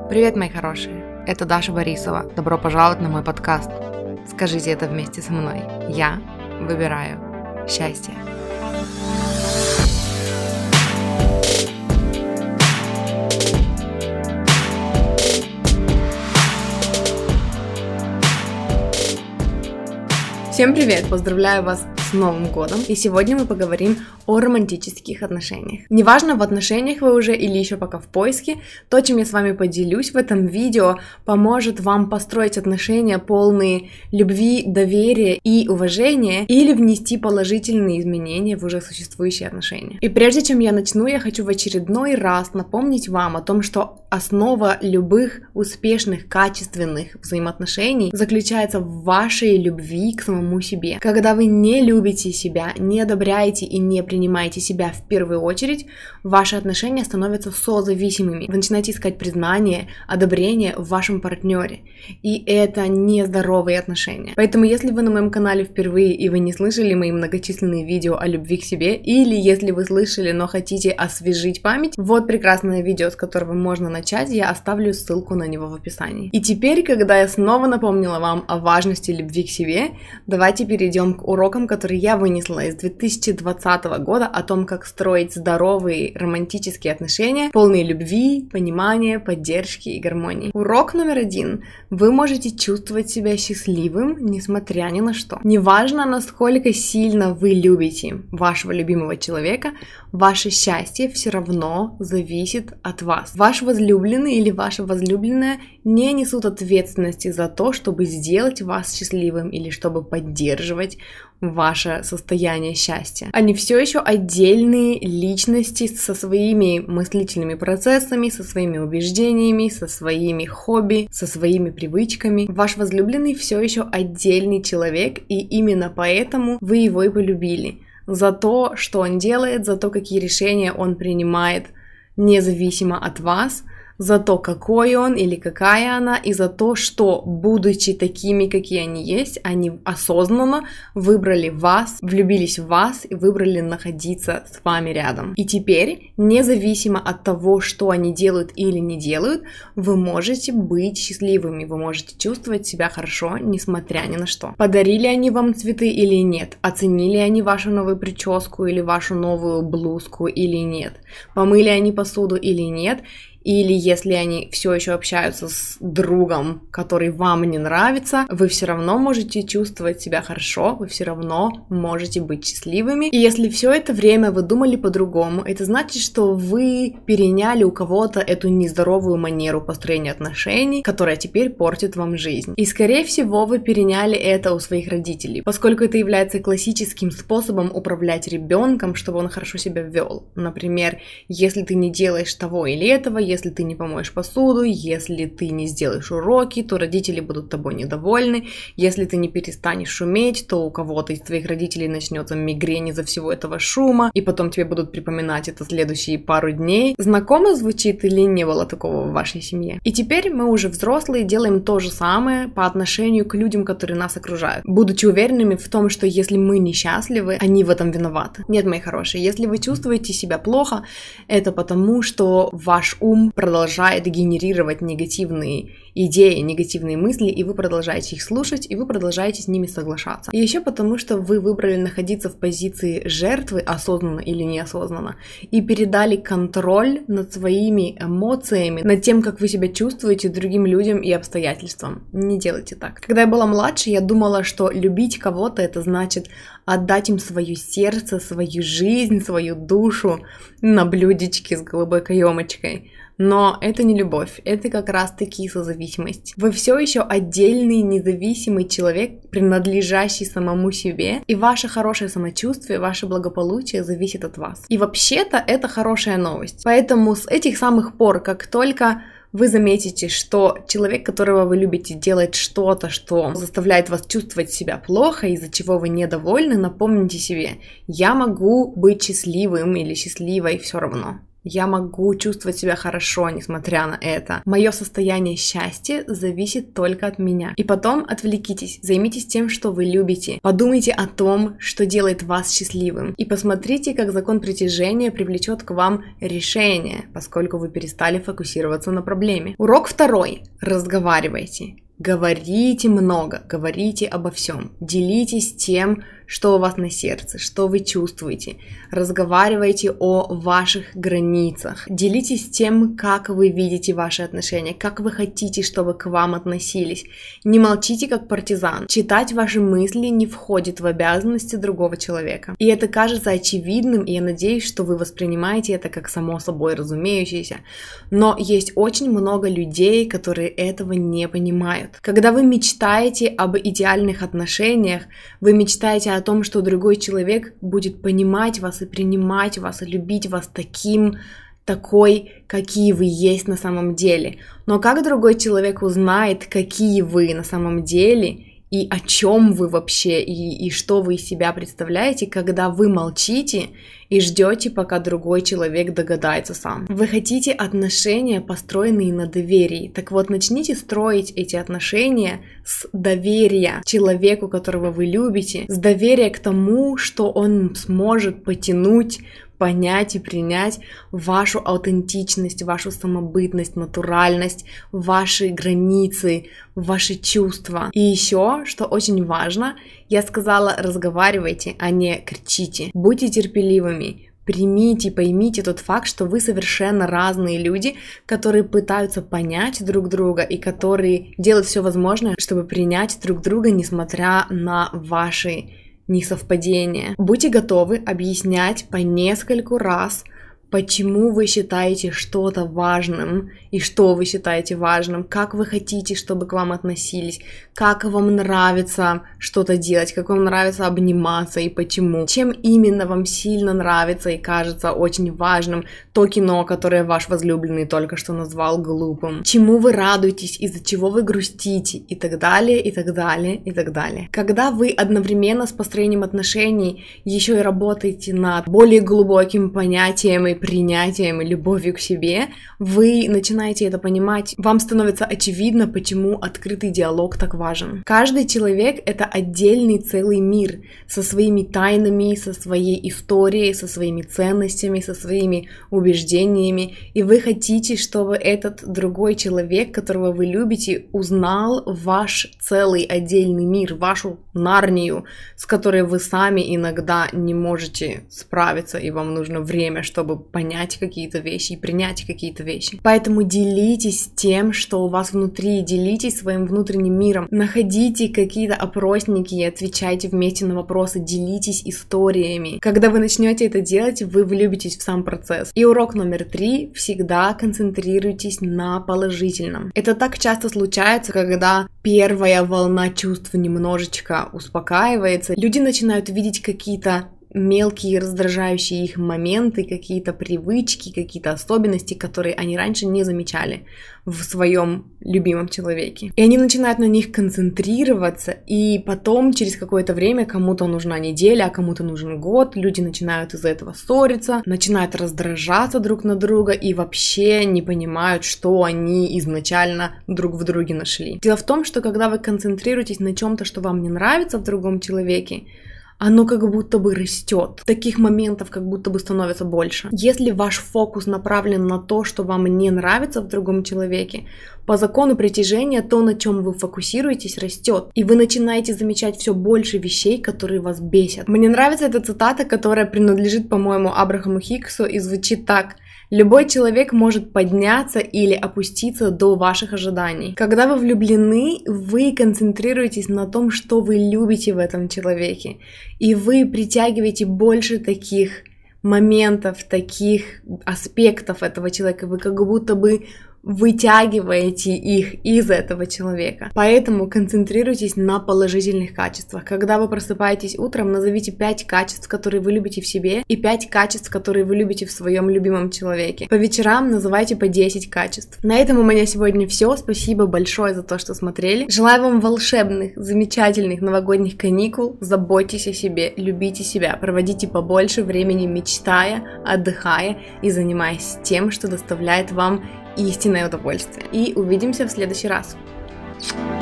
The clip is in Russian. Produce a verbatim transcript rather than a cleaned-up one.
Привет, мои хорошие! Это Даша Борисова. Добро пожаловать на мой подкаст. Скажите это вместе со мной. Я выбираю счастье. Всем привет! Поздравляю вас с Новым годом! И сегодня мы поговорим о романтических отношениях. Неважно, в отношениях вы уже или еще пока в поиске, то, чем я с вами поделюсь в этом видео, поможет вам построить отношения, полные любви, доверия и уважения, или внести положительные изменения в уже существующие отношения. И прежде чем я начну, я хочу в очередной раз напомнить вам о том, что основа любых успешных, качественных взаимоотношений заключается в вашей любви к самому себе. Когда вы не любите себя, не одобряете и не принимаете себя в первую очередь, ваши отношения становятся созависимыми. Вы начинаете искать признание, одобрение в вашем партнере. И это нездоровые отношения. Поэтому, если вы на моем канале впервые и вы не слышали мои многочисленные видео о любви к себе, или если вы слышали, но хотите освежить память, вот прекрасное видео, с которого можно начать, я оставлю ссылку на него в описании. И теперь, когда я снова напомнила вам о важности любви к себе, давайте перейдем к урокам, которые я вынесла из две тысячи двадцатого года о том, как строить здоровые романтические отношения, полные любви, понимания, поддержки и гармонии. Урок номер один. Вы можете чувствовать себя счастливым, несмотря ни на что. Неважно, насколько сильно вы любите вашего любимого человека, ваше счастье все равно зависит от вас. Ваш возлюбленный или ваша возлюбленная не несут ответственности за то, чтобы сделать вас счастливым или чтобы поддерживать ваше состояние счастья. Они все еще отдельные личности со своими мыслительными процессами, со своими убеждениями, со своими хобби, со своими привычками. Ваш возлюбленный все еще отдельный человек, и именно поэтому вы его и полюбили. За то, что он делает, за то, какие решения он принимает, независимо от вас, за то, какой он или какая она, и за то, что, будучи такими, какие они есть, они осознанно выбрали вас, влюбились в вас и выбрали находиться с вами рядом. И теперь, независимо от того, что они делают или не делают, вы можете быть счастливыми, вы можете чувствовать себя хорошо, несмотря ни на что. Подарили они вам цветы или нет? Оценили они вашу новую прическу или вашу новую блузку или нет? Помыли они посуду или нет? Или если они все еще общаются с другом, который вам не нравится, вы все равно можете чувствовать себя хорошо, вы все равно можете быть счастливыми. И если все это время вы думали по-другому, это значит, что вы переняли у кого-то эту нездоровую манеру построения отношений, которая теперь портит вам жизнь. И скорее всего вы переняли это у своих родителей, поскольку это является классическим способом управлять ребенком, чтобы он хорошо себя вел. Например, если ты не делаешь того или этого, если ты не помоешь посуду, если ты не сделаешь уроки, то родители будут тобой недовольны. Если ты не перестанешь шуметь, то у кого-то из твоих родителей начнется мигрень из-за всего этого шума, и потом тебе будут припоминать это следующие пару дней. Знакомо звучит или не было такого в вашей семье? И теперь мы уже взрослые делаем то же самое по отношению к людям, которые нас окружают, будучи уверенными в том, что если мы несчастливы, они в этом виноваты. Нет, мои хорошие, если вы чувствуете себя плохо, это потому, что ваш ум продолжает генерировать негативные идеи, негативные мысли, и вы продолжаете их слушать, и вы продолжаете с ними соглашаться. И еще потому, что вы выбрали находиться в позиции жертвы, осознанно или неосознанно, и передали контроль над своими эмоциями, над тем, как вы себя чувствуете другим людям и обстоятельствам. Не делайте так. Когда я была младше, я думала, что любить кого-то — это значит отдать им свое сердце, свою жизнь, свою душу на блюдечке с голубой каемочкой. Но это не любовь, это как раз-таки созависимость. Вы все еще отдельный, независимый человек, принадлежащий самому себе, и ваше хорошее самочувствие, ваше благополучие зависит от вас. И вообще-то это хорошая новость. Поэтому с этих самых пор, как только вы заметите, что человек, которого вы любите, делает что-то, что заставляет вас чувствовать себя плохо, из-за чего вы недовольны, напомните себе: я могу быть счастливым или счастливой все равно. Я могу чувствовать себя хорошо, несмотря на это. Мое состояние счастья зависит только от меня. И потом отвлекитесь, займитесь тем, что вы любите. Подумайте о том, что делает вас счастливым. И посмотрите, как закон притяжения привлечет к вам решение, поскольку вы перестали фокусироваться на проблеме. Урок второй. Разговаривайте. Говорите много, говорите обо всем, делитесь тем, что у вас на сердце, что вы чувствуете, разговаривайте о ваших границах, делитесь тем, как вы видите ваши отношения, как вы хотите, чтобы к вам относились. Не молчите как партизан. Читать ваши мысли не входит в обязанности другого человека. И это кажется очевидным, и я надеюсь, что вы воспринимаете это как само собой разумеющееся. Но есть очень много людей, которые этого не понимают. Когда вы мечтаете об идеальных отношениях, вы мечтаете о том, что другой человек будет понимать вас и принимать вас, и любить вас таким, такой, какие вы есть на самом деле. Но как другой человек узнает, какие вы на самом деле, и о чем вы вообще, и, и что вы из себя представляете, когда вы молчите и ждете, пока другой человек догадается сам. Вы хотите отношения, построенные на доверии. Так вот, начните строить эти отношения с доверия человеку, которого вы любите, с доверия к тому, что он сможет потянуть, понять и принять вашу аутентичность, вашу самобытность, натуральность, ваши границы, ваши чувства. И еще, что очень важно, я сказала, разговаривайте, а не кричите. Будьте терпеливыми. Примите, поймите тот факт, что вы совершенно разные люди, которые пытаются понять друг друга и которые делают все возможное, чтобы принять друг друга, несмотря на ваши несовпадения. Будьте готовы объяснять по нескольку раз, почему вы считаете что-то важным и что вы считаете важным, как вы хотите, чтобы к вам относились, как вам нравится что-то делать, как вам нравится обниматься и почему, чем именно вам сильно нравится и кажется очень важным то кино, которое ваш возлюбленный только что назвал глупым, чему вы радуетесь, из-за чего вы грустите и так далее, и так далее, и так далее. Когда вы одновременно с построением отношений еще и работаете над более глубоким понятием и принятием и любовью к себе, вы начинаете это понимать, вам становится очевидно, почему открытый диалог так важен. Каждый человек — это отдельный целый мир со своими тайнами, со своей историей, со своими ценностями, со своими убеждениями, и вы хотите, чтобы этот другой человек, которого вы любите, узнал ваш целый отдельный мир, вашу Нарнию, с которой вы сами иногда не можете справиться, и вам нужно время, чтобы понять какие-то вещи и принять какие-то вещи. Поэтому делитесь тем, что у вас внутри, делитесь своим внутренним миром, находите какие-то опросники и отвечайте вместе на вопросы, делитесь историями. Когда вы начнете это делать, вы влюбитесь в сам процесс. И урок номер три: всегда концентрируйтесь на положительном. Это так часто случается, когда первая волна чувств немножечко успокаивается, люди начинают видеть какие-то мелкие раздражающие их моменты, какие-то привычки, какие-то особенности, которые они раньше не замечали в своем любимом человеке. И они начинают на них концентрироваться, и потом через какое-то время, кому-то нужна неделя, а кому-то нужен год, люди начинают из-за этого ссориться, начинают раздражаться друг на друга и вообще не понимают, что они изначально друг в друге нашли. Дело в том, что когда вы концентрируетесь на чем-то, что вам не нравится в другом человеке, оно как будто бы растет. Таких моментов как будто бы становится больше. Если ваш фокус направлен на то, что вам не нравится в другом человеке, по закону притяжения то, на чем вы фокусируетесь, растет. И вы начинаете замечать все больше вещей, которые вас бесят. Мне нравится эта цитата, которая принадлежит, по-моему, Абрахаму Хиксу и звучит так: любой человек может подняться или опуститься до ваших ожиданий. Когда вы влюблены, вы концентрируетесь на том, что вы любите в этом человеке. И вы притягиваете больше таких моментов, таких аспектов этого человека. Вы как будто бы вытягиваете их из этого человека. Поэтому концентрируйтесь на положительных качествах. Когда вы просыпаетесь утром, назовите пять качеств, которые вы любите в себе, и пять качеств, которые вы любите в своем любимом человеке. По вечерам называйте по десять качеств. На этом у меня сегодня все. Спасибо большое за то, что смотрели. Желаю вам волшебных, замечательных новогодних каникул. Заботьтесь о себе, любите себя, проводите побольше времени мечтая, отдыхая и занимаясь тем, что доставляет вам истинное удовольствие. И увидимся в следующий раз.